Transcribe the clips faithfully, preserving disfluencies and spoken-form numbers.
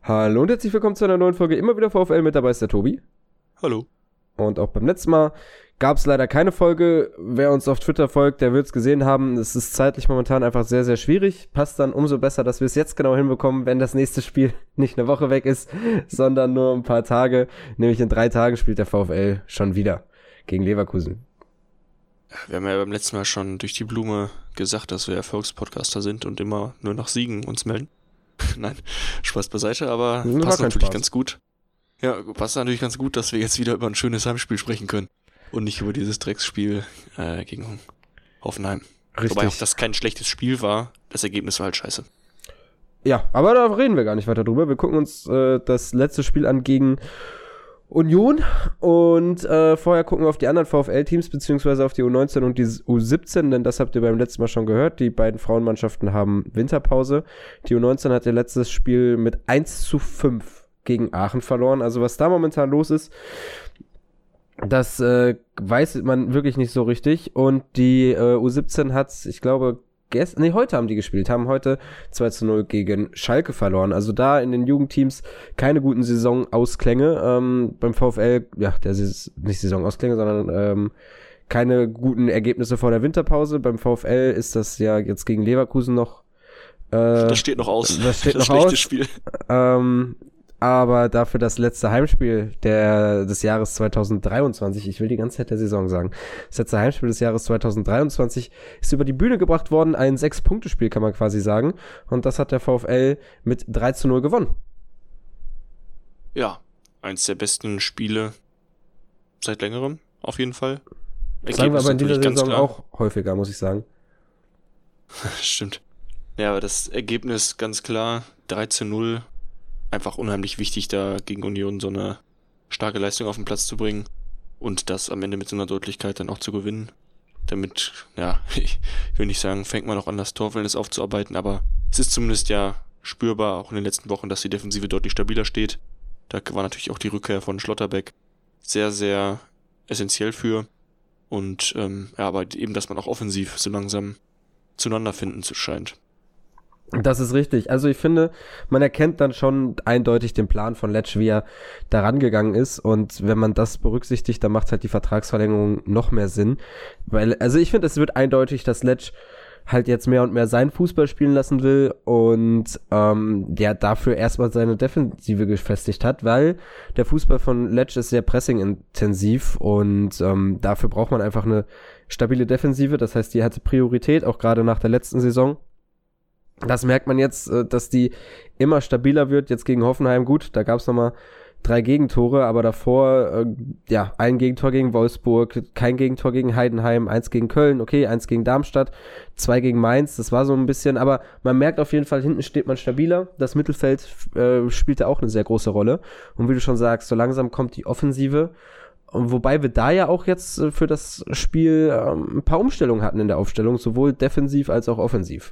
Hallo und herzlich willkommen zu einer neuen Folge Immer wieder VfL, mit dabei ist der Tobi. Hallo. Und auch beim letzten Mal gab es leider keine Folge. Wer uns auf Twitter folgt, der wird es gesehen haben. Es ist zeitlich momentan einfach sehr, sehr schwierig. Passt dann umso besser, dass wir es jetzt genau hinbekommen, wenn das nächste Spiel nicht eine Woche weg ist, sondern nur ein paar Tage. Nämlich in drei Tagen spielt der VfL schon wieder gegen Leverkusen. Wir haben ja beim letzten Mal schon durch die Blume gesagt, dass wir Erfolgspodcaster sind und immer nur nach Siegen uns melden. Nein, Spaß beiseite, aber Das passt natürlich Spaß. ganz gut. Ja, passt natürlich ganz gut, dass wir jetzt wieder über ein schönes Heimspiel sprechen können und nicht über dieses Drecksspiel äh, gegen Hoffenheim. Richtig. Wobei auch das kein schlechtes Spiel war, das Ergebnis war halt scheiße. Ja, aber da reden wir gar nicht weiter drüber. Wir gucken uns äh, das letzte Spiel an gegen Union und äh, vorher gucken wir auf die anderen VfL-Teams, beziehungsweise auf die U neunzehn und die U siebzehn, denn das habt ihr beim letzten Mal schon gehört. Die beiden Frauenmannschaften haben Winterpause. Die U neunzehn hat ihr letztes Spiel mit eins zu fünf gegen Aachen verloren. Also was da momentan los ist, das äh, weiß man wirklich nicht so richtig. Und die äh, U siebzehn hat, ich glaube, gestern, nee, heute haben die gespielt, haben heute zwei zu null gegen Schalke verloren. Also da in den Jugendteams keine guten Saisonausklinge. Ähm, beim VfL, ja, der ist nicht Saisonausklinge, sondern ähm, keine guten Ergebnisse vor der Winterpause. Beim VfL ist das ja jetzt gegen Leverkusen noch. Äh, das steht noch aus. Das steht das noch aus. Spiel. Ähm, aber dafür das letzte Heimspiel der, des Jahres zwanzig dreiundzwanzig, ich will die ganze Zeit der Saison sagen, das letzte Heimspiel des Jahres zwanzig dreiundzwanzig ist über die Bühne gebracht worden, ein Sechs-Punkte-Spiel kann man quasi sagen, und das hat der VfL mit drei zu null gewonnen. Ja, eins der besten Spiele seit längerem, auf jeden Fall. Das sagen wir aber in dieser Saison klar. auch häufiger, muss ich sagen. Stimmt. Ja, aber das Ergebnis ganz klar, drei zu null. Einfach unheimlich wichtig, da gegen Union so eine starke Leistung auf den Platz zu bringen und das am Ende mit so einer Deutlichkeit dann auch zu gewinnen. Damit, ja, ich will nicht sagen, fängt man auch an, das Torverhältnis aufzuarbeiten, aber es ist zumindest ja spürbar, auch in den letzten Wochen, dass die Defensive deutlich stabiler steht. Da war natürlich auch die Rückkehr von Schlotterbeck sehr, sehr essentiell für. Und ähm, ja, aber eben, dass man auch offensiv so langsam zueinander finden scheint. Das ist richtig. Also ich finde, man erkennt dann schon eindeutig den Plan von Letsch, wie er da rangegangen ist. Und wenn man das berücksichtigt, dann macht halt die Vertragsverlängerung noch mehr Sinn. Weil, also ich finde, es wird eindeutig, dass Letsch halt jetzt mehr und mehr seinen Fußball spielen lassen will und ähm, der dafür erstmal seine Defensive gefestigt hat, weil der Fußball von Letsch ist sehr pressing-intensiv und ähm, dafür braucht man einfach eine stabile Defensive. Das heißt, die hatte Priorität, auch gerade nach der letzten Saison. Das merkt man jetzt, dass die immer stabiler wird. Jetzt gegen Hoffenheim, gut, da gab es nochmal drei Gegentore, aber davor, äh, ja, ein Gegentor gegen Wolfsburg, kein Gegentor gegen Heidenheim, eins gegen Köln, okay, eins gegen Darmstadt, zwei gegen Mainz, das war so ein bisschen, aber man merkt auf jeden Fall, hinten steht man stabiler. Das Mittelfeld äh, spielte auch eine sehr große Rolle. Und wie du schon sagst, so langsam kommt die Offensive. Wobei wir da ja auch jetzt für das Spiel ähm, ein paar Umstellungen hatten in der Aufstellung, sowohl defensiv als auch offensiv.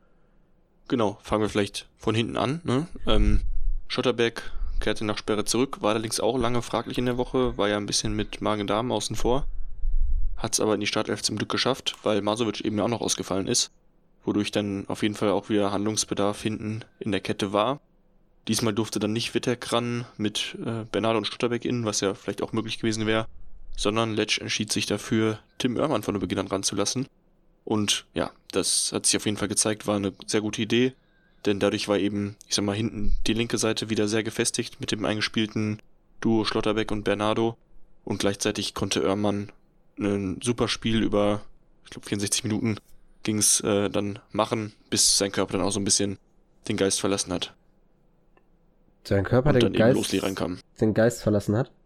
Genau, fangen wir vielleicht von hinten an. Ne? Ähm, Schotterbeck kehrte nach Sperre zurück, war allerdings auch lange fraglich in der Woche, war ja ein bisschen mit Magen-Darm außen vor, hat es aber in die Startelf zum Glück geschafft, weil Masovic eben auch noch ausgefallen ist, wodurch dann auf jeden Fall auch wieder Handlungsbedarf hinten in der Kette war. Diesmal durfte dann nicht Wittek ran mit äh, Bernardo und Schotterbeck innen, was ja vielleicht auch möglich gewesen wäre, sondern Letsch entschied sich dafür, Tim Oermann von Beginn an ranzulassen. Und ja, das hat sich auf jeden Fall gezeigt, war eine sehr gute Idee, denn dadurch war eben, ich sag mal, hinten die linke Seite wieder sehr gefestigt mit dem eingespielten Duo Schlotterbeck und Bernardo und gleichzeitig konnte Oermann ein super Spiel über, ich glaube, vierundsechzig Minuten ging es äh, dann machen, bis sein Körper dann auch so ein bisschen den Geist verlassen hat. Sein Körper und den dann eben Geist, Losli reinkam. den Geist verlassen hat?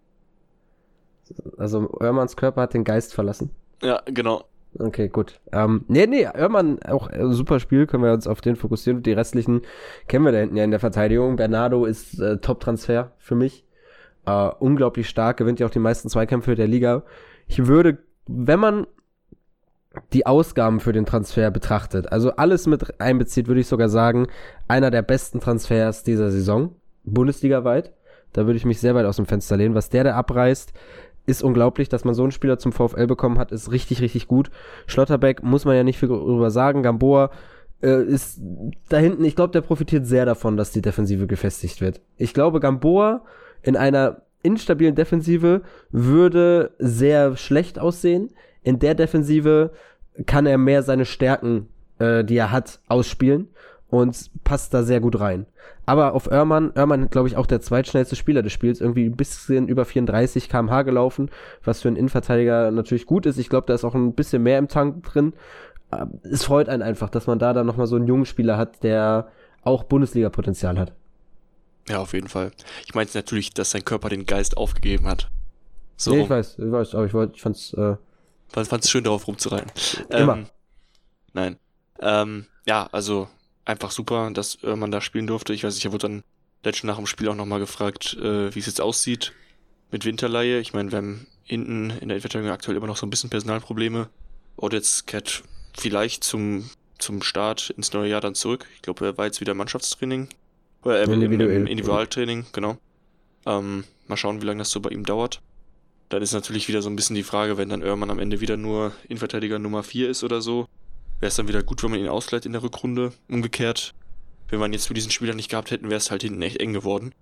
Also Oermanns Körper hat den Geist verlassen? Ja, genau. Okay, gut. Ähm, nee, nee, Oermann, auch äh, super Spiel, können wir uns auf den fokussieren. Und die restlichen kennen wir da hinten ja in der Verteidigung. Bernardo ist äh, Top-Transfer für mich. Äh, unglaublich stark, gewinnt ja auch die meisten Zweikämpfe der Liga. Ich würde, wenn man die Ausgaben für den Transfer betrachtet, also alles mit einbezieht, würde ich sogar sagen, einer der besten Transfers dieser Saison, bundesligaweit. Da würde ich mich sehr weit aus dem Fenster lehnen. Was der da abreißt, ist unglaublich, dass man so einen Spieler zum VfL bekommen hat, ist richtig, richtig gut. Schlotterbeck muss man ja nicht viel drüber sagen. Gamboa äh, ist da hinten, ich glaube, der profitiert sehr davon, dass die Defensive gefestigt wird. Ich glaube, Gamboa in einer instabilen Defensive würde sehr schlecht aussehen. In der Defensive kann er mehr seine Stärken, äh, die er hat, ausspielen und passt da sehr gut rein. Aber auf Oermann, Oermann, glaube ich, auch der zweitschnellste Spieler des Spiels, irgendwie ein bisschen über vierunddreißig Kilometer pro Stunde gelaufen, was für einen Innenverteidiger natürlich gut ist. Ich glaube, da ist auch ein bisschen mehr im Tank drin. Es freut einen einfach, dass man da dann nochmal so einen jungen Spieler hat, der auch Bundesliga-Potenzial hat. Ja, auf jeden Fall. Ich meinte natürlich, dass sein Körper den Geist aufgegeben hat. So nee, rum. ich weiß, ich weiß, aber ich wollte, ich fand's, äh, Fand es schön, darauf rumzureiten. Immer. Ähm, nein. Ähm, ja, also einfach super, dass äh, man da spielen durfte. Ich weiß nicht, er wurde dann letztens nach dem Spiel auch nochmal gefragt, äh, wie es jetzt aussieht mit Winterleihe. Ich meine, wir haben hinten in der Innenverteidigung aktuell immer noch so ein bisschen Personalprobleme. Odetz kehrt vielleicht zum zum Start ins neue Jahr dann zurück. Ich glaube, er war jetzt wieder im Mannschaftstraining. Oder äh, im, im Individualtraining, genau. Ähm, mal schauen, wie lange das so bei ihm dauert. Dann ist natürlich wieder so ein bisschen die Frage, wenn dann Oermann am Ende wieder nur Innenverteidiger Nummer vier ist oder so, wäre es dann wieder gut, wenn man ihn ausleiht in der Rückrunde. Umgekehrt, wenn man jetzt für diesen Spieler nicht gehabt hätten, wäre es halt hinten echt eng geworden.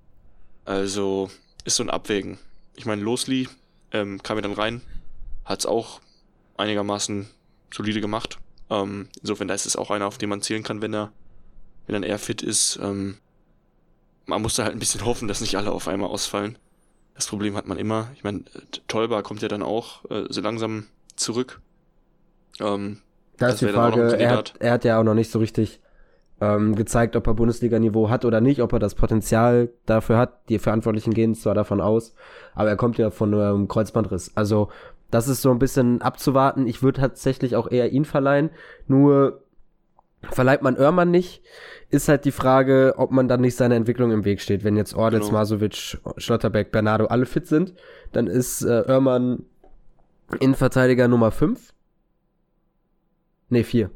Also ist so ein Abwägen. Ich meine, Losli ähm, kam ja dann rein, hat es auch einigermaßen solide gemacht. Ähm, insofern, da ist es auch einer, auf den man zählen kann, wenn er wenn dann er fit ist. Ähm, man muss da halt ein bisschen hoffen, dass nicht alle auf einmal ausfallen. Das Problem hat man immer. Ich meine, Tolba kommt ja dann auch äh, so langsam zurück. Ähm, da ist die Frage, er hat, er hat ja auch noch nicht so richtig ähm, gezeigt, ob er Bundesliga-Niveau hat oder nicht, ob er das Potenzial dafür hat. Die Verantwortlichen gehen zwar davon aus, aber er kommt ja von einem Kreuzbandriss. Also das ist so ein bisschen abzuwarten. Ich würde tatsächlich auch eher ihn verleihen. Nur verleiht man Oermann nicht, ist halt die Frage, ob man dann nicht seiner Entwicklung im Weg steht. Wenn jetzt Ordetz, genau. Masovic, Schlotterbeck, Bernardo alle fit sind, dann ist äh, Oermann Innenverteidiger Nummer fünf. Ne, vier.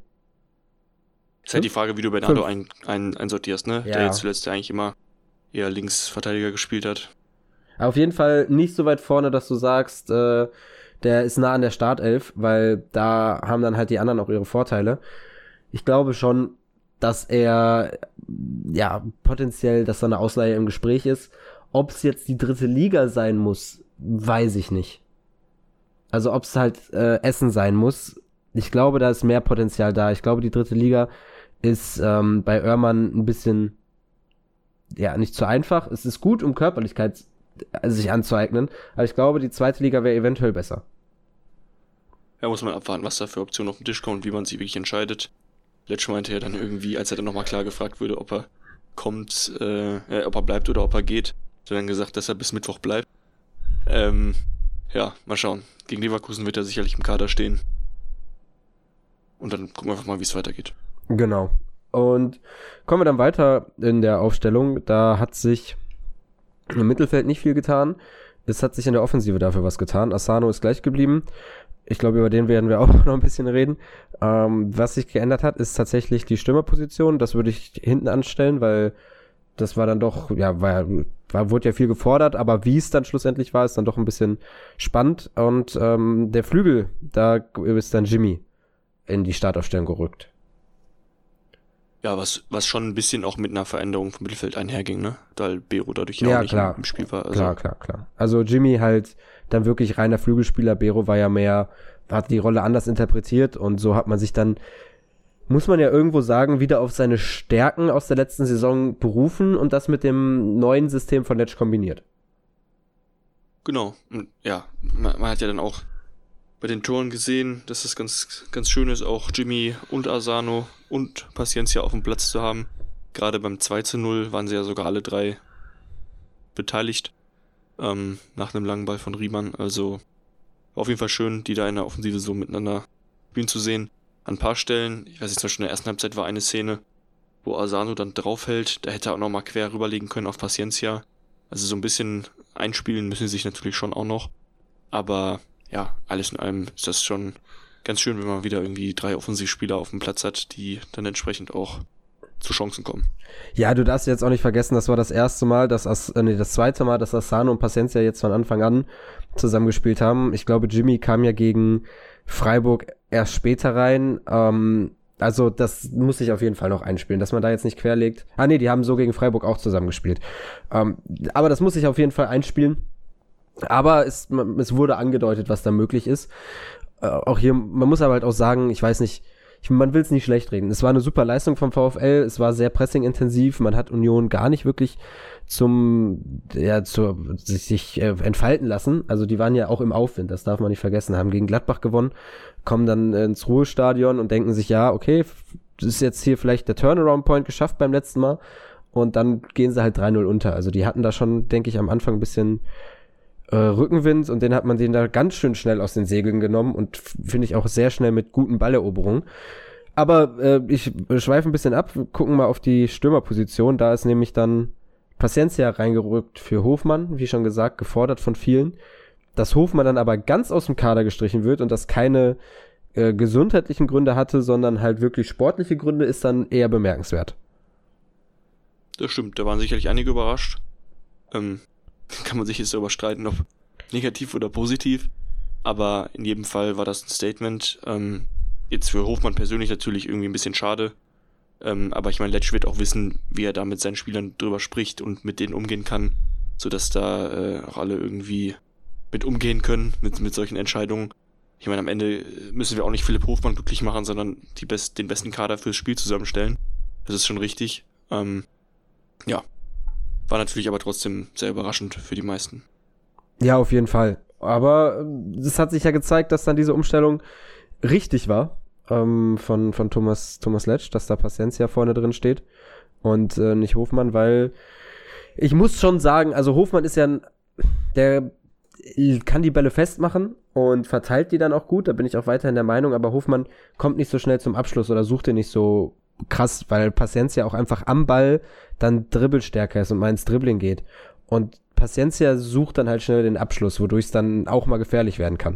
Ist halt die Frage, wie du Bernardo ein, ein, einsortierst, ne? Ja. Der jetzt zuletzt eigentlich immer eher Linksverteidiger gespielt hat. Auf jeden Fall nicht so weit vorne, dass du sagst, äh, der ist nah an der Startelf, weil da haben dann halt die anderen auch ihre Vorteile. Ich glaube schon, dass er, ja, potenziell, dass da eine Ausleihe im Gespräch ist. Ob es jetzt die dritte Liga sein muss, weiß ich nicht. Also ob es halt äh, Essen sein muss. Ich glaube, da ist mehr Potenzial da. Ich glaube, die dritte Liga ist ähm, bei Oermann ein bisschen, ja, nicht zu einfach. Es ist gut, um Körperlichkeit sich anzueignen, aber ich glaube, die zweite Liga wäre eventuell besser. Ja, muss man abwarten, was da für Optionen auf den Tisch kommen und wie man sich wirklich entscheidet. Letsch meinte er dann irgendwie, als er dann nochmal klar gefragt wurde, ob er kommt, äh, äh, ob er bleibt oder ob er geht, hat er dann gesagt, dass er bis Mittwoch bleibt. Ähm, ja, mal schauen. Gegen Leverkusen wird er sicherlich im Kader stehen. Und dann gucken wir einfach mal, wie es weitergeht. Genau. Und kommen wir dann weiter in der Aufstellung. Da hat sich im Mittelfeld nicht viel getan. Es hat sich in der Offensive dafür was getan. Asano ist gleich geblieben. Ich glaube, über den werden wir auch noch ein bisschen reden. Ähm, was sich geändert hat, ist tatsächlich die Stürmerposition. Das würde ich hinten anstellen, weil das war dann doch, ja, war, war wurde ja viel gefordert, aber wie es dann schlussendlich war, ist dann doch ein bisschen spannend. Und ähm, der Flügel, da ist dann Jimmy in die Startaufstellung gerückt. Ja, was was schon ein bisschen auch mit einer Veränderung vom Mittelfeld einherging, ne? Weil Bero dadurch ja, ja auch nicht klar. im Spiel war. Also. Klar, klar, klar. Also Jimmy halt dann wirklich reiner Flügelspieler, Bero war ja mehr, hat die Rolle anders interpretiert und so hat man sich dann, muss man ja irgendwo sagen, wieder auf seine Stärken aus der letzten Saison berufen und das mit dem neuen System von Letsch kombiniert. Genau, und ja, man, man hat ja dann auch bei den Toren gesehen, dass es ganz, ganz schön ist, auch Jimmy und Asano und Paciencia auf dem Platz zu haben. Gerade beim zwei zu null waren sie ja sogar alle drei beteiligt, ähm, nach einem langen Ball von Riemann. Also auf jeden Fall schön, die da in der Offensive so miteinander spielen zu sehen. An ein paar Stellen, ich weiß nicht, zum Beispiel in der ersten Halbzeit war eine Szene, wo Asano dann draufhält, da hätte er auch nochmal quer rüberlegen können auf Paciencia. Also so ein bisschen einspielen müssen sie sich natürlich schon auch noch, aber ja, alles in allem ist das schon ganz schön, wenn man wieder irgendwie drei Offensivspieler auf dem Platz hat, die dann entsprechend auch zu Chancen kommen. Ja, du darfst jetzt auch nicht vergessen, das war das erste Mal, dass As- äh, nee, das zweite Mal, dass Asano und Paciencia jetzt von Anfang an zusammengespielt haben. Ich glaube, Jimmy kam ja gegen Freiburg erst später rein, ähm, Also das muss ich auf jeden Fall noch einspielen, dass man da jetzt nicht querlegt. Ah nee, die haben so gegen Freiburg auch zusammengespielt. Ähm, aber das muss ich auf jeden Fall einspielen. Aber es, es wurde angedeutet, was da möglich ist. Äh, auch hier, man muss aber halt auch sagen, ich weiß nicht, ich, man will es nicht schlecht reden. Es war eine super Leistung vom VfL, es war sehr pressing-intensiv, man hat Union gar nicht wirklich zum, ja, zur, sich, sich äh, entfalten lassen. Also die waren ja auch im Aufwind, das darf man nicht vergessen, haben gegen Gladbach gewonnen, kommen dann äh, ins Ruhestadion und denken sich, ja, okay, das ist jetzt hier vielleicht der Turnaround-Point geschafft beim letzten Mal und dann gehen sie halt drei null unter. Also die hatten da schon, denke ich, am Anfang ein bisschen äh, Rückenwind und den hat man den da ganz schön schnell aus den Segeln genommen und finde ich auch sehr schnell mit guten Balleroberungen. Aber äh, ich schweife ein bisschen ab, wir gucken mal auf die Stürmerposition, da ist nämlich dann Paciencia reingerückt für Hofmann, wie schon gesagt, gefordert von vielen. Dass Hofmann dann aber ganz aus dem Kader gestrichen wird und das keine äh, gesundheitlichen Gründe hatte, sondern halt wirklich sportliche Gründe, ist dann eher bemerkenswert. Das stimmt, da waren sicherlich einige überrascht. Ähm, kann man sich jetzt darüber streiten, ob negativ oder positiv. Aber in jedem Fall war das ein Statement. Ähm, jetzt für Hofmann persönlich natürlich irgendwie ein bisschen schade. Ähm, aber ich meine, Letsch wird auch wissen, wie er da mit seinen Spielern drüber spricht und mit denen umgehen kann, sodass da äh, auch alle irgendwie mit umgehen können, mit, mit solchen Entscheidungen. Ich meine, am Ende müssen wir auch nicht Philipp Hofmann glücklich machen, sondern die best, den besten Kader fürs Spiel zusammenstellen. Das ist schon richtig. Ähm, ja, war natürlich aber trotzdem sehr überraschend für die meisten. Ja, auf jeden Fall. Aber es hat sich ja gezeigt, dass dann diese Umstellung richtig war. Ähm, von, von Thomas, Thomas Letsch, dass da Paciencia vorne drin steht und äh, nicht Hofmann, weil ich muss schon sagen, also Hofmann ist ja ein, der kann die Bälle festmachen und verteilt die dann auch gut, da bin ich auch weiterhin der Meinung, aber Hofmann kommt nicht so schnell zum Abschluss oder sucht den nicht so krass, weil Paciencia auch einfach am Ball dann dribbelstärker ist und mal ins Dribbling geht und Paciencia sucht dann halt schnell den Abschluss, wodurch es dann auch mal gefährlich werden kann.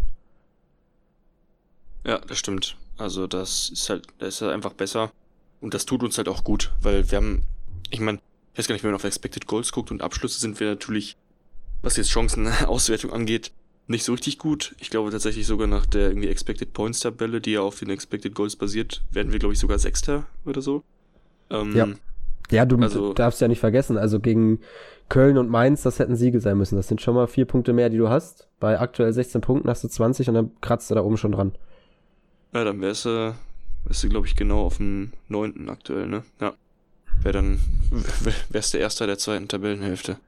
Ja, das stimmt. Also das ist halt, das ist halt einfach besser und das tut uns halt auch gut, weil wir haben, ich meine, ich weiß gar nicht, wenn man auf Expected Goals guckt und Abschlüsse, sind wir natürlich, was jetzt Chancenauswertung angeht, nicht so richtig gut. Ich glaube tatsächlich sogar nach der irgendwie Expected Points Tabelle, die ja auf den Expected Goals basiert, werden wir, glaube ich, sogar Sechster oder so. Ähm, ja. Ja, du also, darfst ja nicht vergessen, also gegen Köln und Mainz, das hätten Siege sein müssen. Das sind schon mal vier Punkte mehr, die du hast. Bei aktuell sechzehn Punkten hast du zwanzig und dann kratzt du da oben schon dran. Ja, dann wärst du, wärst du, glaube ich, genau auf dem neunten aktuell, ne? Ja. Wär dann, wärst der Erster der zweiten Tabellenhälfte.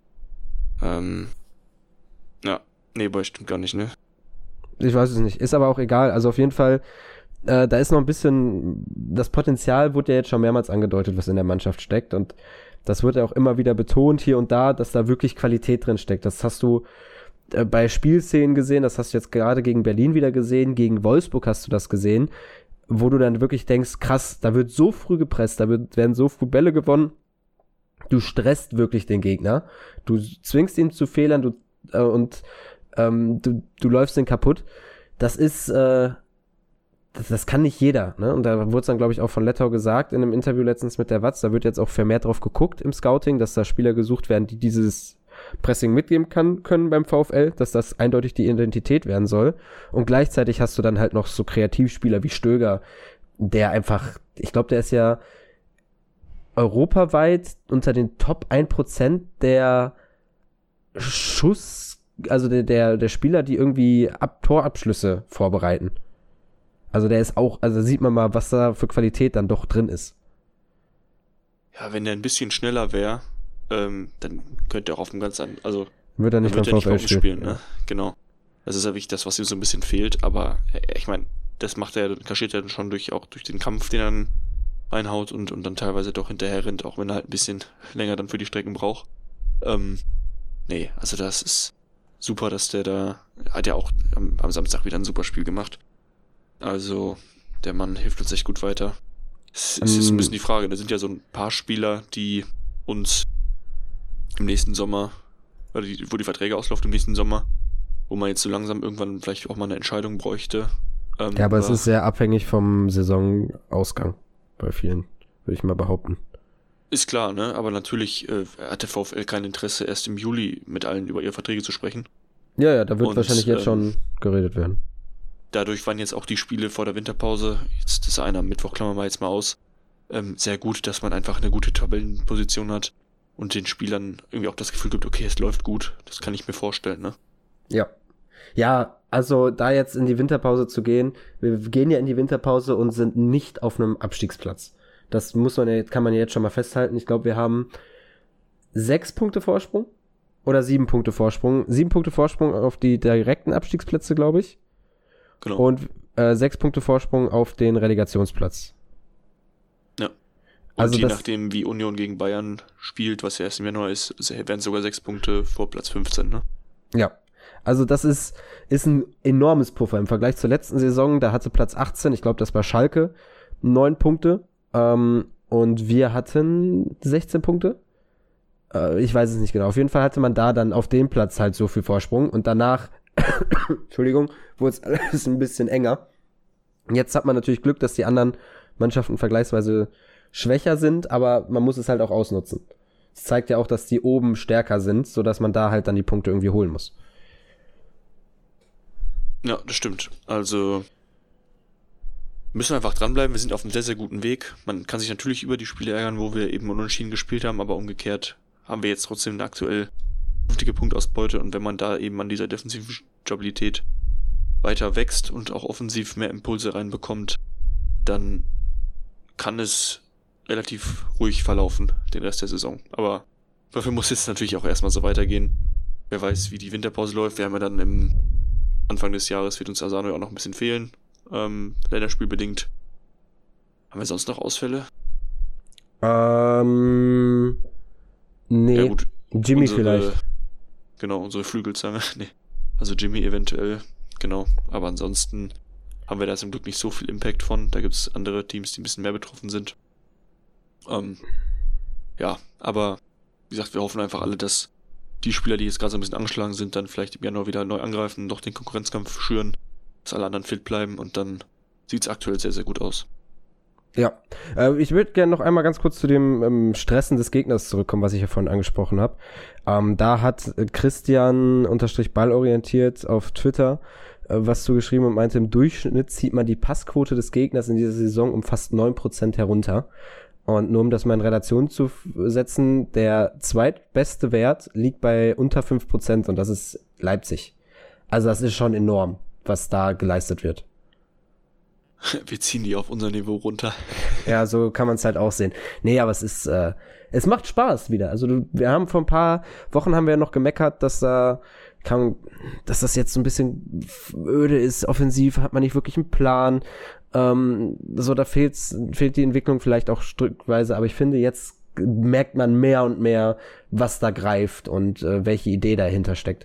Ähm, ja, nee, boah, stimmt gar nicht, ne? Ich weiß es nicht, ist aber auch egal. Also auf jeden Fall, äh, da ist noch ein bisschen, das Potenzial wurde ja jetzt schon mehrmals angedeutet, was in der Mannschaft steckt und das wird ja auch immer wieder betont hier und da, dass da wirklich Qualität drin steckt. Das hast du bei Spielszenen gesehen, das hast du jetzt gerade gegen Berlin wieder gesehen, gegen Wolfsburg hast du das gesehen, wo du dann wirklich denkst, krass, da wird so früh gepresst, da wird, werden so früh Bälle gewonnen, du stresst wirklich den Gegner, du zwingst ihn zu Fehlern du, äh, und ähm, du, du läufst den kaputt. Das ist, äh, das, das kann nicht jeder, ne? Und da wurde es dann, glaube ich, auch von Lettau gesagt in einem Interview letztens mit der Watz, da wird jetzt auch vermehrt drauf geguckt im Scouting, dass da Spieler gesucht werden, die dieses Pressing mitgeben kann, können beim VfL, dass das eindeutig die Identität werden soll. Und gleichzeitig hast du dann halt noch so Kreativspieler wie Stöger, der einfach, ich glaube, der ist ja europaweit unter den Top ein Prozent der Schuss, also der, der, der Spieler, die irgendwie Ab- Torabschlüsse vorbereiten. Also der ist auch, also sieht man mal, was da für Qualität dann doch drin ist. Ja, wenn der ein bisschen schneller wäre, ähm, dann könnte er auch auf dem ganz anderen, also wird er nicht beim VfL spielen, spielen, ne? Genau. Das ist ja wirklich das, was ihm so ein bisschen fehlt, aber äh, ich meine, das macht er, kaschiert er dann schon durch, auch durch den Kampf, den er dann reinhaut und, und dann teilweise doch hinterher rennt, auch wenn er halt ein bisschen länger dann für die Strecken braucht. Ähm, nee, also das ist super, dass der da, hat ja auch am, am Samstag wieder ein super Spiel gemacht. Also, der Mann hilft uns echt gut weiter. Es, es ist ein bisschen die Frage, da sind ja so ein paar Spieler, die uns im nächsten Sommer, oder die, wo die Verträge auslaufen im nächsten Sommer, wo man jetzt so langsam irgendwann vielleicht auch mal eine Entscheidung bräuchte. Ähm, ja, aber es ist sehr abhängig vom Saisonausgang bei vielen, würde ich mal behaupten. Ist klar, ne? Aber natürlich äh, hat der VfL kein Interesse, erst im Juli mit allen über ihre Verträge zu sprechen. Ja, ja, da wird Und, wahrscheinlich jetzt ähm, schon geredet werden. dadurch waren jetzt auch die Spiele vor der Winterpause, jetzt das eine am Mittwoch, klammern wir jetzt mal aus, ähm, sehr gut, dass man einfach eine gute Tabellenposition hat und den Spielern irgendwie auch das Gefühl gibt, okay, es läuft gut. Das kann ich mir vorstellen, ne? Ja. Ja, also da jetzt in die Winterpause zu gehen, wir gehen ja in die Winterpause und sind nicht auf einem Abstiegsplatz. Das muss man ja, kann man ja jetzt schon mal festhalten. Ich glaube, wir haben sechs Punkte Vorsprung oder sieben Punkte Vorsprung. Sieben Punkte Vorsprung auf die direkten Abstiegsplätze, glaube ich. Genau. Und äh, sechs Punkte Vorsprung auf den Relegationsplatz. Ja. Und also je das, nachdem, wie Union gegen Bayern spielt, was ja erst im Januar ist, werden sogar sechs Punkte vor Platz fünfzehn, ne? Ja. Also das ist, ist ein enormes Puffer im Vergleich zur letzten Saison. Da hatte Platz achtzehn, ich glaube, das war Schalke, neun Punkte. Ähm, und wir hatten sechzehn Punkte. Äh, ich weiß es nicht genau. Auf jeden Fall hatte man da dann auf dem Platz halt so viel Vorsprung. Und danach, Entschuldigung, wurde es alles ein bisschen enger. Jetzt hat man natürlich Glück, dass die anderen Mannschaften vergleichsweise schwächer sind, aber man muss es halt auch ausnutzen. Es zeigt ja auch, dass die oben stärker sind, sodass man da halt dann die Punkte irgendwie holen muss. Ja, das stimmt. Also müssen wir einfach dranbleiben. Wir sind auf einem sehr, sehr guten Weg. Man kann sich natürlich über die Spiele ärgern, wo wir eben unentschieden gespielt haben, aber umgekehrt haben wir jetzt trotzdem eine aktuell vernünftige Punktausbeute. Und wenn man da eben an dieser defensiven Stabilität weiter wächst und auch offensiv mehr Impulse reinbekommt, dann kann es relativ ruhig verlaufen, den Rest der Saison. Aber dafür muss es natürlich auch erstmal so weitergehen. Wer weiß, wie die Winterpause läuft. Wir haben ja dann im Anfang des Jahres wird uns Asano ja auch noch ein bisschen fehlen. Ähm, länderspielbedingt. Haben wir sonst noch Ausfälle? Ähm, nee, ja, gut. Jimmy unsere, vielleicht. Genau, unsere Flügelzange. Nee. Also Jimmy eventuell, genau. Aber ansonsten haben wir da zum Glück nicht so viel Impact von. Da gibt es andere Teams, die ein bisschen mehr betroffen sind. Ähm, ja, aber wie gesagt, wir hoffen einfach alle, dass die Spieler, die jetzt gerade so ein bisschen angeschlagen sind, dann vielleicht im Januar wieder neu angreifen, noch den Konkurrenzkampf schüren, dass alle anderen fit bleiben und dann sieht es aktuell sehr, sehr gut aus. Ja, äh, ich würde gerne noch einmal ganz kurz zu dem ähm, Stressen des Gegners zurückkommen, was ich ja vorhin angesprochen habe. Ähm, da hat Christian unterstrich ballorientiert auf Twitter äh, was zugeschrieben und meinte, im Durchschnitt zieht man die Passquote des Gegners in dieser Saison um fast neun Prozent herunter. Und nur um das mal in Relation zu setzen, der zweitbeste Wert liegt bei unter fünf Prozent und das ist Leipzig. Also das ist schon enorm, was da geleistet wird. Wir ziehen die auf unser Niveau runter. Ja, so kann man es halt auch sehen. Nee, aber es ist, äh, es macht Spaß wieder. Also du, wir haben vor ein paar Wochen haben wir ja noch gemeckert, dass da äh, kann, dass das jetzt so ein bisschen öde ist. Offensiv hat man nicht wirklich einen Plan. Ähm, so, da fehlt's, fehlt die Entwicklung vielleicht auch stückweise, aber ich finde, jetzt merkt man mehr und mehr, was da greift und äh, welche Idee dahinter steckt.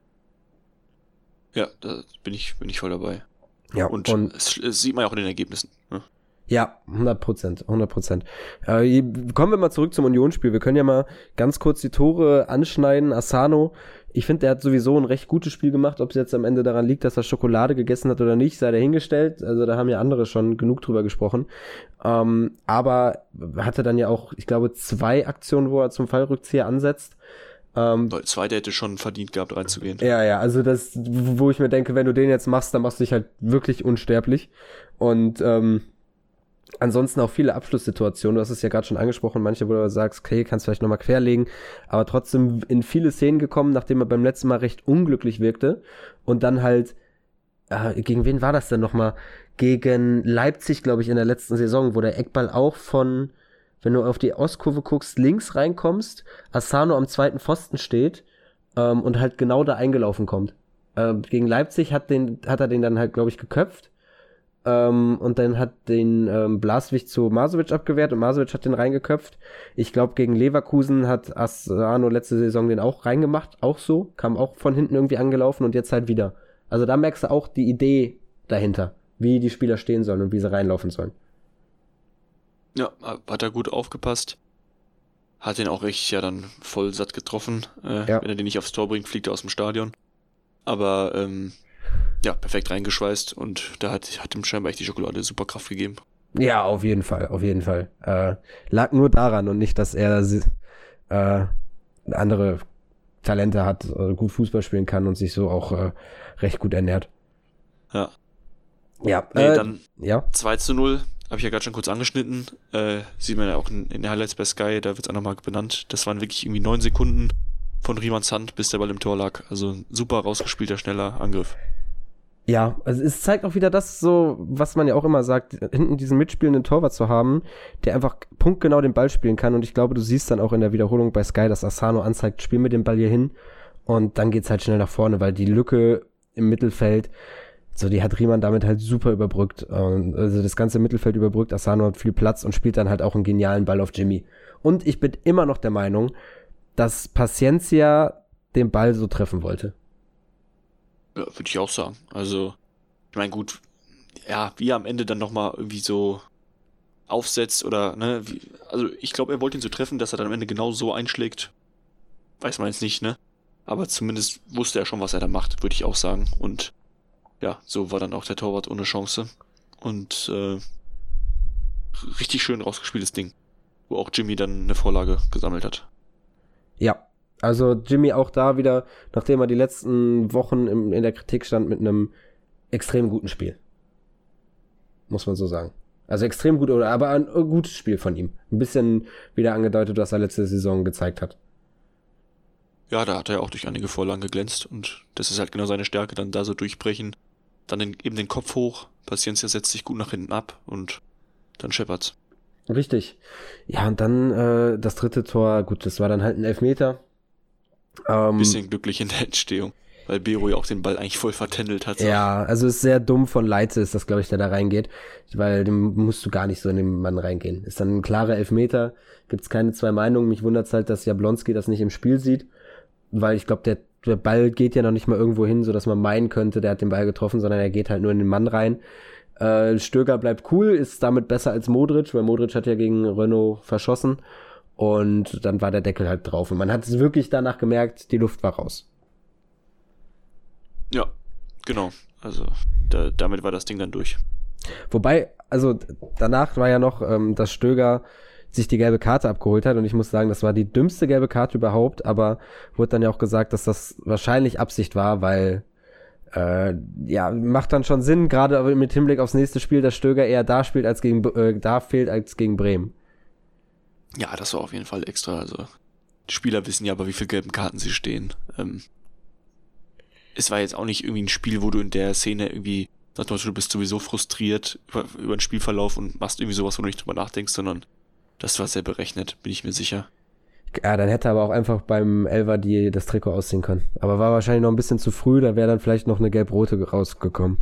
Ja, da bin ich, bin ich voll dabei. Ja, und, und es, es sieht man ja auch in den Ergebnissen. Ne? Ja, hundert Prozent, hundert Prozent. Äh, kommen wir mal zurück zum Unionsspiel. Wir können ja mal ganz kurz die Tore anschneiden. Asano, ich finde, der hat sowieso ein recht gutes Spiel gemacht. Ob es jetzt am Ende daran liegt, dass er Schokolade gegessen hat oder nicht, sei dahingestellt. Also da haben ja andere schon genug drüber gesprochen. Ähm, aber hatte dann ja auch, ich glaube, zwei Aktionen, wo er zum Fallrückzieher ansetzt. Ähm, Weil zwei, der hätte schon verdient gehabt, reinzugehen. Ja, ja, also das, wo ich mir denke, wenn du den jetzt machst, dann machst du dich halt wirklich unsterblich. Und ähm, ansonsten auch viele Abschlusssituationen, du hast es ja gerade schon angesprochen, manche, wo du sagst, okay, kannst vielleicht nochmal querlegen, aber trotzdem in viele Szenen gekommen, nachdem er beim letzten Mal recht unglücklich wirkte und dann halt, äh, gegen wen war das denn nochmal? Gegen Leipzig, glaube ich, in der letzten Saison, wo der Eckball auch von, wenn du auf die Ostkurve guckst, links reinkommst, Asano am zweiten Pfosten steht ähm, und halt genau da eingelaufen kommt. Äh, gegen Leipzig hat, den, hat er den dann halt, glaube ich, geköpft. Ähm, und dann hat den ähm, Blaswig zu Masovic abgewehrt und Masovic hat den reingeköpft. Ich glaube, gegen Leverkusen hat Asano letzte Saison den auch reingemacht, auch so, kam auch von hinten irgendwie angelaufen und jetzt halt wieder. Also da merkst du auch die Idee dahinter, wie die Spieler stehen sollen und wie sie reinlaufen sollen. Ja, hat er gut aufgepasst. Hat den auch richtig ja dann voll satt getroffen. Äh, ja. Wenn er den nicht aufs Tor bringt, fliegt er aus dem Stadion. Aber ähm, ja, perfekt reingeschweißt und da hat, hat ihm scheinbar echt die Schokolade super Kraft gegeben. Ja, auf jeden Fall, auf jeden Fall. Äh, lag nur daran und nicht, dass er äh, andere Talente hat, äh, gut Fußball spielen kann und sich so auch äh, recht gut ernährt. Ja. Ja, nee, äh, dann ja. zwei zu null, habe ich ja gerade schon kurz angeschnitten. Äh, sieht man ja auch in, in den Highlights bei Sky, da wird es auch nochmal benannt. Das waren wirklich irgendwie neun Sekunden von Riemans Hand, bis der Ball im Tor lag. Also super rausgespielter, schneller Angriff. Ja, also es zeigt auch wieder das so, was man ja auch immer sagt, hinten diesen mitspielenden Torwart zu haben, der einfach punktgenau den Ball spielen kann. Und ich glaube, du siehst dann auch in der Wiederholung bei Sky, dass Asano anzeigt, spiel mit dem Ball hier hin. Und dann geht's halt schnell nach vorne, weil die Lücke im Mittelfeld, so die hat Riemann damit halt super überbrückt. Und also das ganze Mittelfeld überbrückt, Asano hat viel Platz und spielt dann halt auch einen genialen Ball auf Jimmy. Und ich bin immer noch der Meinung, dass Paciencia den Ball so treffen wollte. Ja, würde ich auch sagen. Also, ich meine, gut, ja, wie er am Ende dann nochmal irgendwie so aufsetzt oder, ne, wie, also ich glaube, er wollte ihn so treffen, dass er dann am Ende genau so einschlägt. Weiß man jetzt nicht, ne? Aber zumindest wusste er schon, was er da macht, würde ich auch sagen. Und ja, so war dann auch der Torwart ohne Chance. Und äh, richtig schön rausgespieltes Ding, wo auch Jimmy dann eine Vorlage gesammelt hat. Ja. Also Jimmy auch da wieder, nachdem er die letzten Wochen im, in der Kritik stand, mit einem extrem guten Spiel. Muss man so sagen. Also extrem gut, oder aber ein gutes Spiel von ihm. Ein bisschen wieder angedeutet, was er letzte Saison gezeigt hat. Ja, da hat er auch durch einige Vorlagen geglänzt und das ist halt genau seine Stärke, dann da so durchbrechen, dann den, eben den Kopf hoch, Paciencia setzt sich gut nach hinten ab und dann scheppert's. Richtig. Ja, und dann äh, das dritte Tor, gut, das war dann halt ein Elfmeter. Ähm, Bisschen glücklich in der Entstehung, weil Bero ja auch den Ball eigentlich voll vertändelt hat. So. Ja, also ist sehr dumm von Leitze, ist das, glaube ich, der da reingeht, weil dem musst du gar nicht so in den Mann reingehen. Ist dann ein klarer Elfmeter, gibt's keine zwei Meinungen. Mich wundert's halt, dass Jablonski das nicht im Spiel sieht, weil ich glaube, der, der Ball geht ja noch nicht mal irgendwo hin, sodass man meinen könnte, der hat den Ball getroffen, sondern er geht halt nur in den Mann rein. Äh, Stöger bleibt cool, ist damit besser als Modric, weil Modric hat ja gegen Renault verschossen. Und dann war der Deckel halt drauf. Und man hat es wirklich danach gemerkt, die Luft war raus. Ja, genau. Also da, damit war das Ding dann durch. Wobei, also danach war ja noch, ähm, dass Stöger sich die gelbe Karte abgeholt hat. Und ich muss sagen, das war die dümmste gelbe Karte überhaupt. Aber wurde dann ja auch gesagt, dass das wahrscheinlich Absicht war, weil äh, ja, macht dann schon Sinn, gerade mit Hinblick aufs nächste Spiel, dass Stöger eher da spielt als gegen äh, da fehlt als gegen Bremen. Ja, das war auf jeden Fall extra. Also die Spieler wissen ja aber, wie viele gelben Karten sie stehen. Ähm, es war jetzt auch nicht irgendwie ein Spiel, wo du in der Szene irgendwie sagst, du bist sowieso frustriert über, über den Spielverlauf und machst irgendwie sowas, wo du nicht drüber nachdenkst, sondern das war sehr berechnet, bin ich mir sicher. Ja, dann hätte er aber auch einfach beim Elfer die das Trikot ausziehen können. Aber war wahrscheinlich noch ein bisschen zu früh, da wäre dann vielleicht noch eine gelb-rote rausgekommen.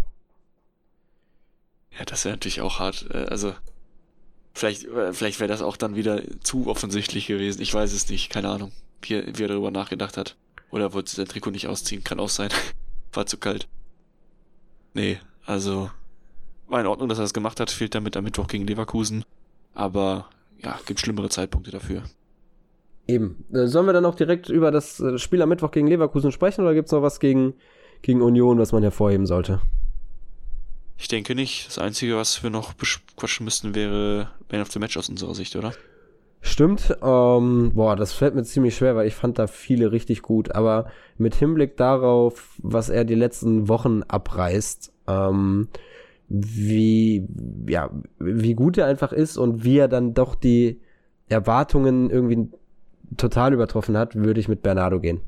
Ja, das wäre natürlich auch hart. Also Vielleicht, vielleicht wäre das auch dann wieder zu offensichtlich gewesen. Ich weiß es nicht. Keine Ahnung, wie er, wie er darüber nachgedacht hat. Oder wollte sein Trikot nicht ausziehen. Kann auch sein. War zu kalt. Nee, also war in Ordnung, dass er das gemacht hat. Fehlt damit am Mittwoch gegen Leverkusen. Aber ja, gibt schlimmere Zeitpunkte dafür. Eben. Sollen wir dann auch direkt über das Spiel am Mittwoch gegen Leverkusen sprechen? Oder gibt's noch was gegen, gegen Union, was man hervorheben sollte? Ich denke nicht. Das Einzige, was wir noch bequatschen müssten, wäre Man of the Match aus unserer Sicht, oder? Stimmt. Ähm, boah, das fällt mir ziemlich schwer, weil ich fand da viele richtig gut. Aber mit Hinblick darauf, was er die letzten Wochen abreißt, ähm, wie, ja, wie gut er einfach ist und wie er dann doch die Erwartungen irgendwie total übertroffen hat, würde ich mit Bernardo gehen.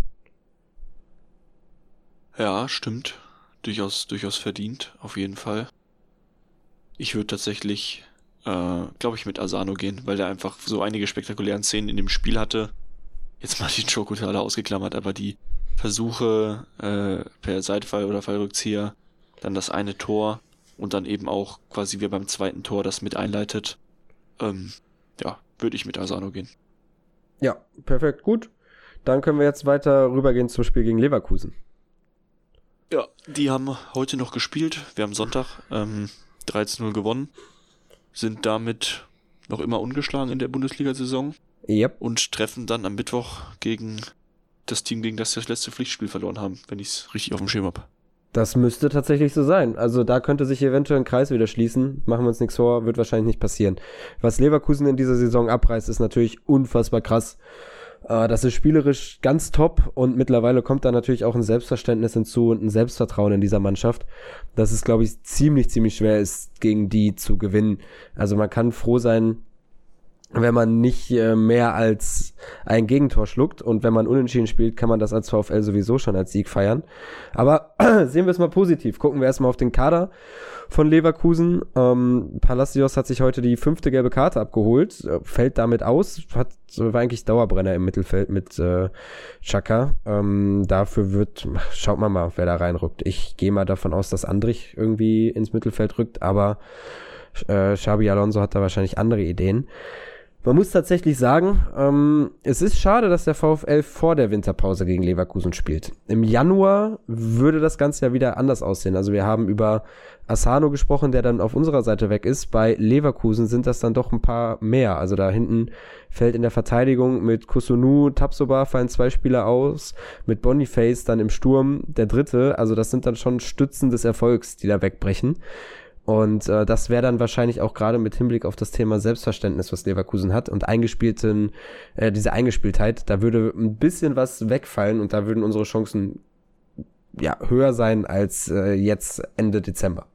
Ja, stimmt. Durchaus, durchaus verdient, auf jeden Fall. Ich würde tatsächlich, äh, glaube ich, mit Asano gehen, weil der einfach so einige spektakulären Szenen in dem Spiel hatte. Jetzt mal die Choco-Tale ausgeklammert, aber die Versuche äh, per Seitfall oder Fallrückzieher, dann das eine Tor und dann eben auch quasi wie beim zweiten Tor das mit einleitet. Ähm, ja, würde ich mit Asano gehen. Ja, perfekt, gut. Dann können wir jetzt weiter rübergehen zum Spiel gegen Leverkusen. Ja, die haben heute noch gespielt. Wir haben Sonntag ähm, drei zu null gewonnen. Sind damit noch immer ungeschlagen in der Bundesliga-Saison. Yep. Und treffen dann am Mittwoch gegen das Team, gegen das sie das letzte Pflichtspiel verloren haben, wenn ich es richtig auf dem Schirm habe. Das müsste tatsächlich so sein. Also da könnte sich eventuell ein Kreis wieder schließen. Machen wir uns nichts vor, wird wahrscheinlich nicht passieren. Was Leverkusen in dieser Saison abreißt, ist natürlich unfassbar krass. Äh, das ist spielerisch ganz top und mittlerweile kommt da natürlich auch ein Selbstverständnis hinzu und ein Selbstvertrauen in dieser Mannschaft, dass es, glaube ich, ziemlich, ziemlich schwer ist, gegen die zu gewinnen. Also man kann froh sein, wenn man nicht äh, mehr als ein Gegentor schluckt, und wenn man unentschieden spielt, kann man das als VfL sowieso schon als Sieg feiern. Aber sehen wir es mal positiv. Gucken wir erstmal auf den Kader von Leverkusen. Ähm, Palacios hat sich heute die fünfte gelbe Karte abgeholt, äh, fällt damit aus, hat, war eigentlich Dauerbrenner im Mittelfeld mit äh, Xhaka. Ähm, dafür wird, schaut man mal, wer da reinrückt. Ich gehe mal davon aus, dass Andrich irgendwie ins Mittelfeld rückt, aber äh, Xabi Alonso hat da wahrscheinlich andere Ideen. Man muss tatsächlich sagen, ähm, es ist schade, dass der VfL vor der Winterpause gegen Leverkusen spielt. Im Januar würde das Ganze ja wieder anders aussehen. Also wir haben über Asano gesprochen, der dann auf unserer Seite weg ist. Bei Leverkusen sind das dann doch ein paar mehr. Also da hinten fällt in der Verteidigung mit Kusunu, Tapsoba fallen zwei Spieler aus, mit Boniface dann im Sturm der dritte. Also das sind dann schon Stützen des Erfolgs, die da wegbrechen. Und äh, das wäre dann wahrscheinlich auch gerade mit Hinblick auf das Thema Selbstverständnis, was Leverkusen hat, und eingespielten, äh, diese Eingespieltheit, da würde ein bisschen was wegfallen und da würden unsere Chancen ja höher sein als äh, jetzt Ende Dezember.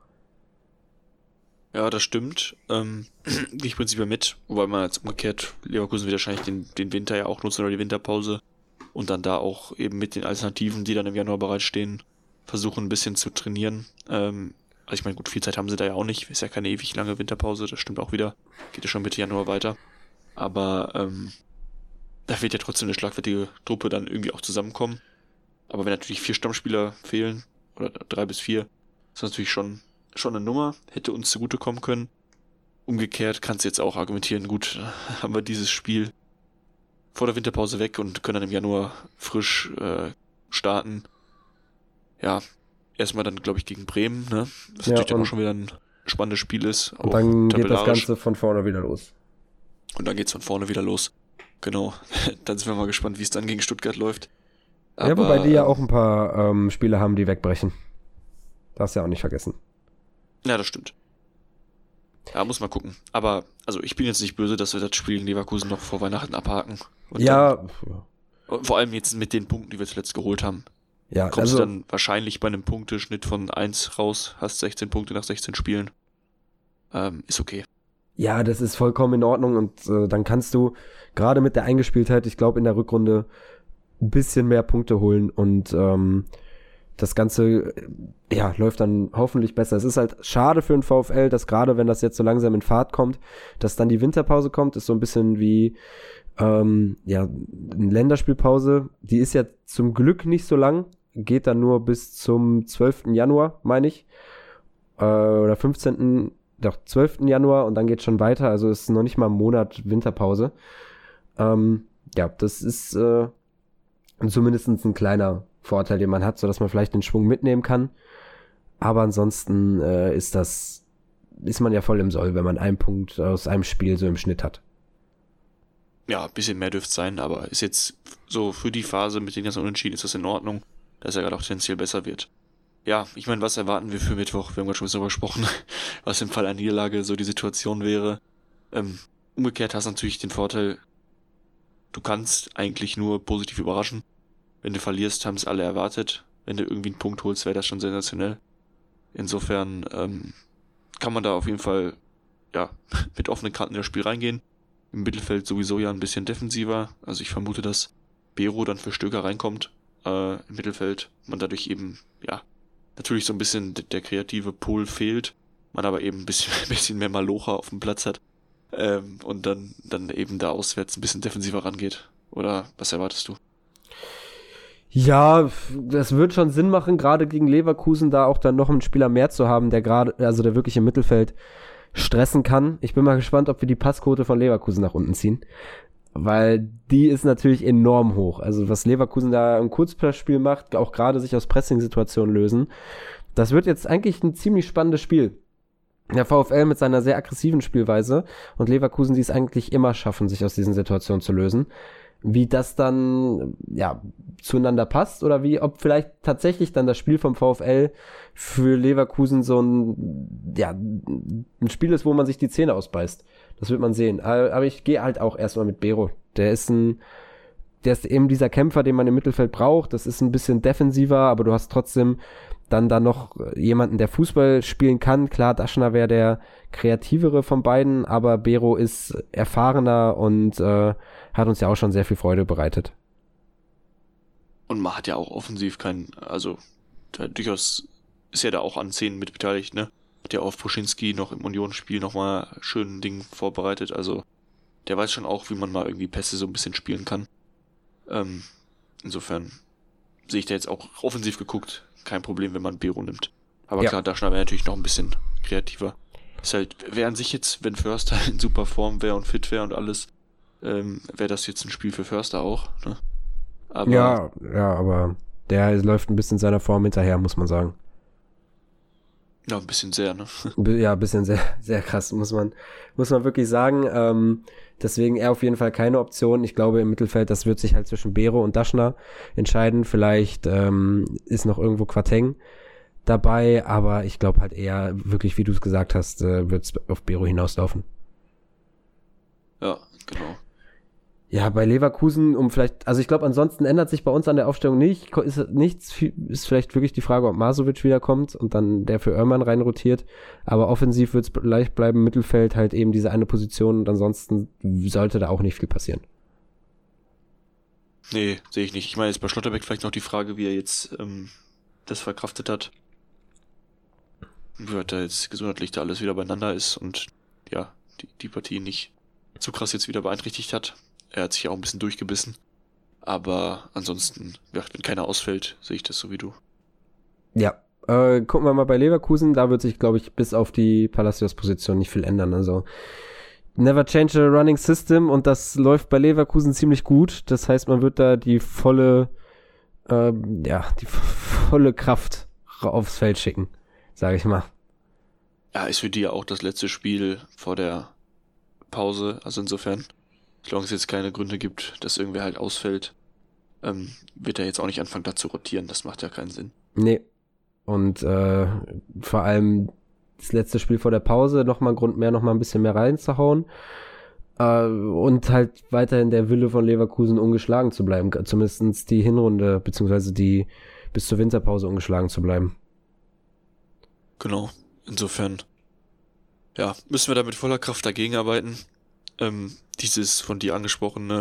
Ja, das stimmt. Ähm, gehe ich prinzipiell mit, wobei man jetzt umgekehrt Leverkusen wird wahrscheinlich den, den Winter ja auch nutzen oder die Winterpause und dann da auch eben mit den Alternativen, die dann im Januar bereitstehen, versuchen ein bisschen zu trainieren. Ähm, Also ich meine, gut, viel Zeit haben sie da ja auch nicht. Ist ja keine ewig lange Winterpause, das stimmt auch wieder. Geht ja schon Mitte Januar weiter. Aber ähm, da wird ja trotzdem eine schlagfertige Truppe dann irgendwie auch zusammenkommen. Aber wenn natürlich vier Stammspieler fehlen, oder drei bis vier, ist das natürlich schon, schon eine Nummer. Hätte uns zugutekommen können. Umgekehrt kannst du jetzt auch argumentieren, gut, haben wir dieses Spiel vor der Winterpause weg und können dann im Januar frisch äh, starten. Ja, erstmal dann, glaube ich, gegen Bremen, ne? Was ja, natürlich dann auch schon wieder ein spannendes Spiel ist. Und dann geht das Ganze von vorne wieder los. Und dann geht's von vorne wieder los. Genau. Dann sind wir mal gespannt, wie es dann gegen Stuttgart läuft. Aber, ja, wobei die ja auch ein paar ähm, Spiele haben, die wegbrechen. Darfst ja auch nicht vergessen. Ja, das stimmt. Ja, muss man gucken. Aber, also ich bin jetzt nicht böse, dass wir das Spiel gegen Leverkusen noch vor Weihnachten abhaken. Und ja. Dann, vor allem jetzt mit den Punkten, die wir zuletzt geholt haben. Ja, kommst also, du dann wahrscheinlich bei einem Punkteschnitt von eins raus, hast sechzehn Punkte nach sechzehn Spielen. Ähm, ist okay. Ja, das ist vollkommen in Ordnung und äh, dann kannst du gerade mit der Eingespieltheit, ich glaube, in der Rückrunde ein bisschen mehr Punkte holen und ähm, das Ganze ja läuft dann hoffentlich besser. Es ist halt schade für den VfL, dass gerade wenn das jetzt so langsam in Fahrt kommt, dass dann die Winterpause kommt, ist so ein bisschen wie ähm, ja eine Länderspielpause. Die ist ja zum Glück nicht so lang, geht dann nur bis zum zwölften Januar, meine ich, äh, oder fünfzehnten doch zwölften Januar und dann geht schon weiter, also ist noch nicht mal ein Monat Winterpause. Ähm, ja, das ist äh, zumindest ein kleiner Vorteil, den man hat, sodass man vielleicht den Schwung mitnehmen kann. Aber ansonsten äh, ist das, ist man ja voll im Soll, wenn man einen Punkt aus einem Spiel so im Schnitt hat. Ja, ein bisschen mehr dürfte es sein, aber ist jetzt so für die Phase mit den ganzen Unentschieden ist das in Ordnung, dass er gerade auch tendenziell besser wird. Ja, ich meine, was erwarten wir für Mittwoch? Wir haben gerade schon ein bisschen darüber gesprochen, was im Fall einer Niederlage so die Situation wäre. Ähm, umgekehrt hast du natürlich den Vorteil, du kannst eigentlich nur positiv überraschen. Wenn du verlierst, haben es alle erwartet. Wenn du irgendwie einen Punkt holst, wäre das schon sensationell. Insofern ähm, kann man da auf jeden Fall ja mit offenen Karten in das Spiel reingehen. Im Mittelfeld sowieso ja ein bisschen defensiver. Also ich vermute, dass Bero dann für Stöger reinkommt äh, im Mittelfeld. Man dadurch eben, ja, natürlich so ein bisschen d- der kreative Pol fehlt. Man aber eben ein bisschen, ein bisschen mehr Malocha auf dem Platz hat. Ähm, und dann, dann eben da auswärts ein bisschen defensiver rangeht. Oder was erwartest du? Ja, das wird schon Sinn machen, gerade gegen Leverkusen da auch dann noch einen Spieler mehr zu haben, der gerade, also der wirklich im Mittelfeld stressen kann. Ich bin mal gespannt, ob wir die Passquote von Leverkusen nach unten ziehen, weil die ist natürlich enorm hoch. Also was Leverkusen da im Kurzpassspiel macht, auch gerade sich aus Pressing-Situationen lösen, das wird jetzt eigentlich ein ziemlich spannendes Spiel. Der VfL mit seiner sehr aggressiven Spielweise und Leverkusen, die es eigentlich immer schaffen, sich aus diesen Situationen zu lösen. Wie das dann ja zueinander passt oder wie, ob vielleicht tatsächlich dann das Spiel vom VfL für Leverkusen so ein ja ein Spiel ist, wo man sich die Zähne ausbeißt. Das wird man sehen. Aber ich gehe halt auch erstmal mit Bero. Der ist ein der ist eben dieser Kämpfer, den man im Mittelfeld braucht. Das ist ein bisschen defensiver, aber du hast trotzdem dann da noch jemanden, der Fußball spielen kann. Klar, Daschner wäre der kreativere von beiden, aber Bero ist erfahrener und äh, hat uns ja auch schon sehr viel Freude bereitet. Und man hat ja auch offensiv keinen, also da durchaus ist ja da auch an Szenen mit beteiligt, ne? Hat ja auf Puschinski noch im Unionsspiel nochmal schön ein Ding vorbereitet, also der weiß schon auch, wie man mal irgendwie Pässe so ein bisschen spielen kann. Ähm, insofern sehe ich da jetzt auch offensiv geguckt, kein Problem, wenn man Bero nimmt. Aber ja. Klar, Daschner wäre natürlich noch ein bisschen kreativer. Ist halt, wäre an sich jetzt, wenn Förster in super Form wäre und fit wäre und alles, ähm, wäre das jetzt ein Spiel für Förster auch, ne? Aber ja, ja, aber der läuft ein bisschen seiner Form hinterher, muss man sagen. Ja, ein bisschen sehr, ne? Ja, ein bisschen sehr, sehr krass, muss man, muss man wirklich sagen. Ähm, deswegen er auf jeden Fall keine Option. Ich glaube, im Mittelfeld, das wird sich halt zwischen Bero und Daschner entscheiden. Vielleicht ähm, ist noch irgendwo Quateng dabei, aber ich glaube halt eher, wirklich, wie du es gesagt hast, äh, wird es auf Bero hinauslaufen. Ja, genau. Ja, bei Leverkusen, um vielleicht, also ich glaube, ansonsten ändert sich bei uns an der Aufstellung nicht, ist nichts, ist vielleicht wirklich die Frage, ob Masovic wiederkommt und dann der für Oermann reinrotiert, aber offensiv wird es leicht bleiben, Mittelfeld halt eben diese eine Position und ansonsten sollte da auch nicht viel passieren. Nee, sehe ich nicht. Ich meine, jetzt bei Schlotterbeck vielleicht noch die Frage, wie er jetzt ähm, das verkraftet hat. Wie weit da jetzt gesundheitlich da alles wieder beieinander ist und ja, die, die Partie nicht so krass jetzt wieder beeinträchtigt hat. Er hat sich ja auch ein bisschen durchgebissen. Aber ansonsten, ja, wenn keiner ausfällt, sehe ich das so wie du. Ja, äh, gucken wir mal bei Leverkusen. Da wird sich, glaube ich, bis auf die Palacios-Position nicht viel ändern. Also, never change a running system und das läuft bei Leverkusen ziemlich gut. Das heißt, man wird da die volle, äh, ja, die volle Kraft aufs Feld schicken, sage ich mal. Ja, ist für die ja auch das letzte Spiel vor der Pause. Also insofern, solange es jetzt keine Gründe gibt, dass irgendwer halt ausfällt, ähm, wird er jetzt auch nicht anfangen, da zu rotieren. Das macht ja keinen Sinn. Nee. Und äh, vor allem das letzte Spiel vor der Pause nochmal ein Grund mehr, nochmal ein bisschen mehr reinzuhauen. Äh, und halt weiterhin der Wille von Leverkusen, ungeschlagen zu bleiben. Zumindest die Hinrunde, beziehungsweise die bis zur Winterpause ungeschlagen zu bleiben. Genau. Insofern, ja, müssen wir da mit voller Kraft dagegen arbeiten. Ähm, dieses von dir angesprochene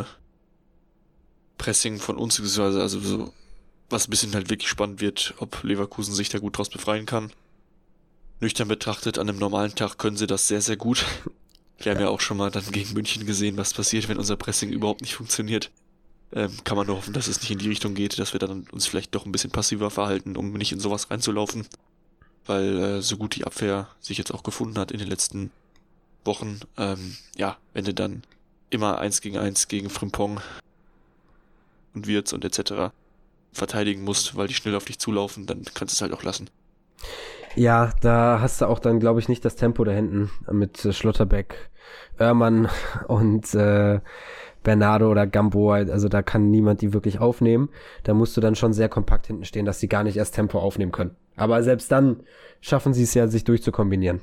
Pressing von uns, beziehungsweise also so, was ein bisschen halt wirklich spannend wird, ob Leverkusen sich da gut draus befreien kann. Nüchtern betrachtet, an einem normalen Tag können sie das sehr, sehr gut. Wir haben ja auch schon mal dann gegen München gesehen, was passiert, wenn unser Pressing überhaupt nicht funktioniert. Ähm, kann man nur hoffen, dass es nicht in die Richtung geht, dass wir dann uns vielleicht doch ein bisschen passiver verhalten, um nicht in sowas reinzulaufen. Weil äh, so gut die Abwehr sich jetzt auch gefunden hat in den letzten Wochen, ähm, ja, wenn du dann immer eins gegen eins gegen Frimpong und Wirtz und et cetera verteidigen musst, weil die schnell auf dich zulaufen, dann kannst du es halt auch lassen. Ja, da hast du auch dann, glaube ich, nicht das Tempo da hinten mit äh, Schlotterbeck, Oermann und äh, Bernardo oder Gamboa, also da kann niemand die wirklich aufnehmen. Da musst du dann schon sehr kompakt hinten stehen, dass sie gar nicht erst Tempo aufnehmen können. Aber selbst dann schaffen sie es ja, sich durchzukombinieren.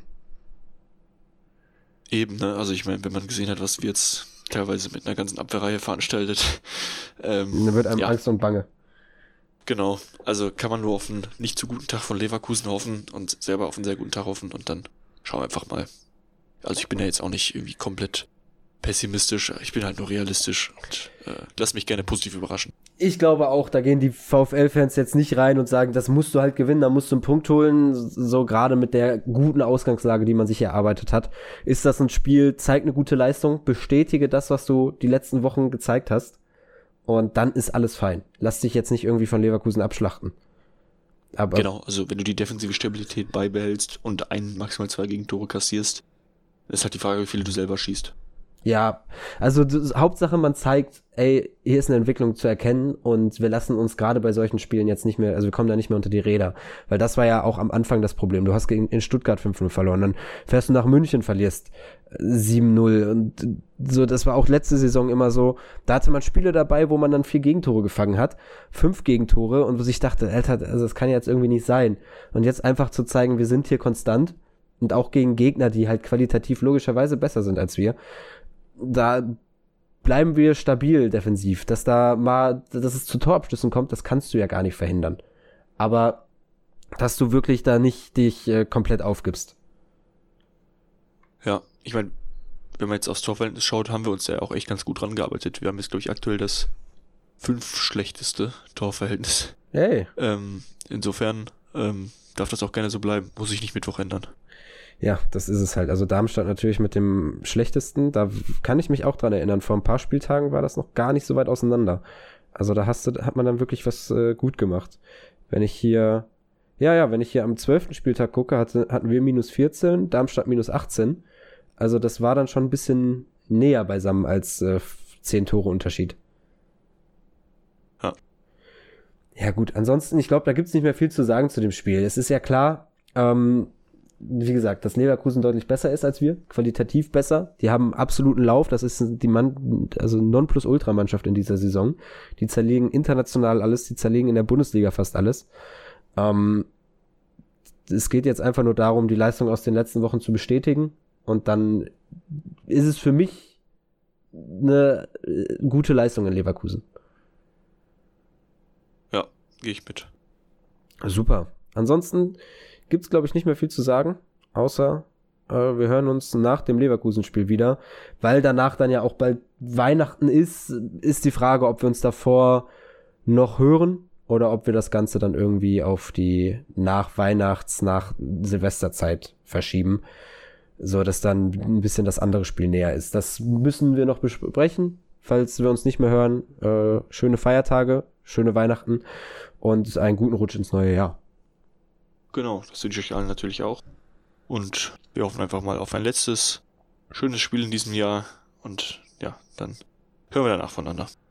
Eben, ne? Also ich meine, wenn man gesehen hat, was wir jetzt teilweise mit einer ganzen Abwehrreihe veranstaltet. Ähm, da wird einem ja. Angst und Bange. Genau, also kann man nur auf einen nicht zu guten Tag von Leverkusen hoffen und selber auf einen sehr guten Tag hoffen und dann schauen wir einfach mal. Also ich bin ja jetzt auch nicht irgendwie komplett pessimistisch, ich bin halt nur realistisch und äh, lass mich gerne positiv überraschen. Ich glaube auch, da gehen die VfL-Fans jetzt nicht rein und sagen, das musst du halt gewinnen, da musst du einen Punkt holen. So gerade mit der guten Ausgangslage, die man sich erarbeitet hat, ist das ein Spiel, zeig eine gute Leistung, bestätige das, was du die letzten Wochen gezeigt hast und dann ist alles fein. Lass dich jetzt nicht irgendwie von Leverkusen abschlachten. Aber genau, also wenn du die defensive Stabilität beibehältst und ein, maximal zwei Gegentore kassierst, ist halt die Frage, wie viele du selber schießt. Ja, also das, Hauptsache man zeigt, ey, hier ist eine Entwicklung zu erkennen und wir lassen uns gerade bei solchen Spielen jetzt nicht mehr, also wir kommen da nicht mehr unter die Räder, weil das war ja auch am Anfang das Problem. Du hast gegen in Stuttgart fünf null verloren, dann fährst du nach München, verlierst sieben null und so, das war auch letzte Saison immer so, da hatte man Spiele dabei, wo man dann vier Gegentore gefangen hat, fünf Gegentore und wo ich dachte, Alter, also das kann jetzt irgendwie nicht sein. Und jetzt einfach zu zeigen, wir sind hier konstant und auch gegen Gegner, die halt qualitativ logischerweise besser sind als wir, da bleiben wir stabil defensiv, dass da mal, dass es zu Torabschlüssen kommt, das kannst du ja gar nicht verhindern. Aber dass du wirklich da nicht dich äh, komplett aufgibst. Ja, ich meine, wenn man jetzt aufs Torverhältnis schaut, haben wir uns ja auch echt ganz gut rangearbeitet. Wir haben jetzt, glaube ich, aktuell das fünf schlechteste Torverhältnis. Hey. Ähm, insofern ähm, darf das auch gerne so bleiben. Muss sich nicht Mittwoch ändern. Ja, das ist es halt. Also Darmstadt natürlich mit dem schlechtesten. Da kann ich mich auch dran erinnern. Vor ein paar Spieltagen war das noch gar nicht so weit auseinander. Also da hast du, hat man dann wirklich was äh, gut gemacht. Wenn ich hier, ja, ja, wenn ich hier am zwölften Spieltag gucke, hatte, hatten wir minus vierzehn, Darmstadt minus achtzehn. Also das war dann schon ein bisschen näher beisammen als äh, zehn Tore Unterschied. Ja. Ja gut, ansonsten, ich glaube, da gibt's nicht mehr viel zu sagen zu dem Spiel. Es ist ja klar, ähm, wie gesagt, dass Leverkusen deutlich besser ist als wir, qualitativ besser. Die haben absoluten Lauf, das ist die Mann, also Nonplusultra-Mannschaft in dieser Saison. Die zerlegen international alles, die zerlegen in der Bundesliga fast alles. Ähm, es geht jetzt einfach nur darum, die Leistung aus den letzten Wochen zu bestätigen. Und dann ist es für mich eine gute Leistung in Leverkusen. Ja, gehe ich mit. Super. Ansonsten gibt's, glaube ich, nicht mehr viel zu sagen, außer äh, wir hören uns nach dem Leverkusen-Spiel wieder, weil danach dann ja auch bald Weihnachten ist, ist die Frage, ob wir uns davor noch hören oder ob wir das Ganze dann irgendwie auf die nach Weihnachts-, nach Silvesterzeit verschieben, so dass dann ein bisschen das andere Spiel näher ist. Das müssen wir noch besprechen, falls wir uns nicht mehr hören. Äh, schöne Feiertage, schöne Weihnachten und einen guten Rutsch ins neue Jahr. Genau, das wünsche ich euch allen natürlich auch. Und wir hoffen einfach mal auf ein letztes schönes Spiel in diesem Jahr. Und ja, dann hören wir danach voneinander.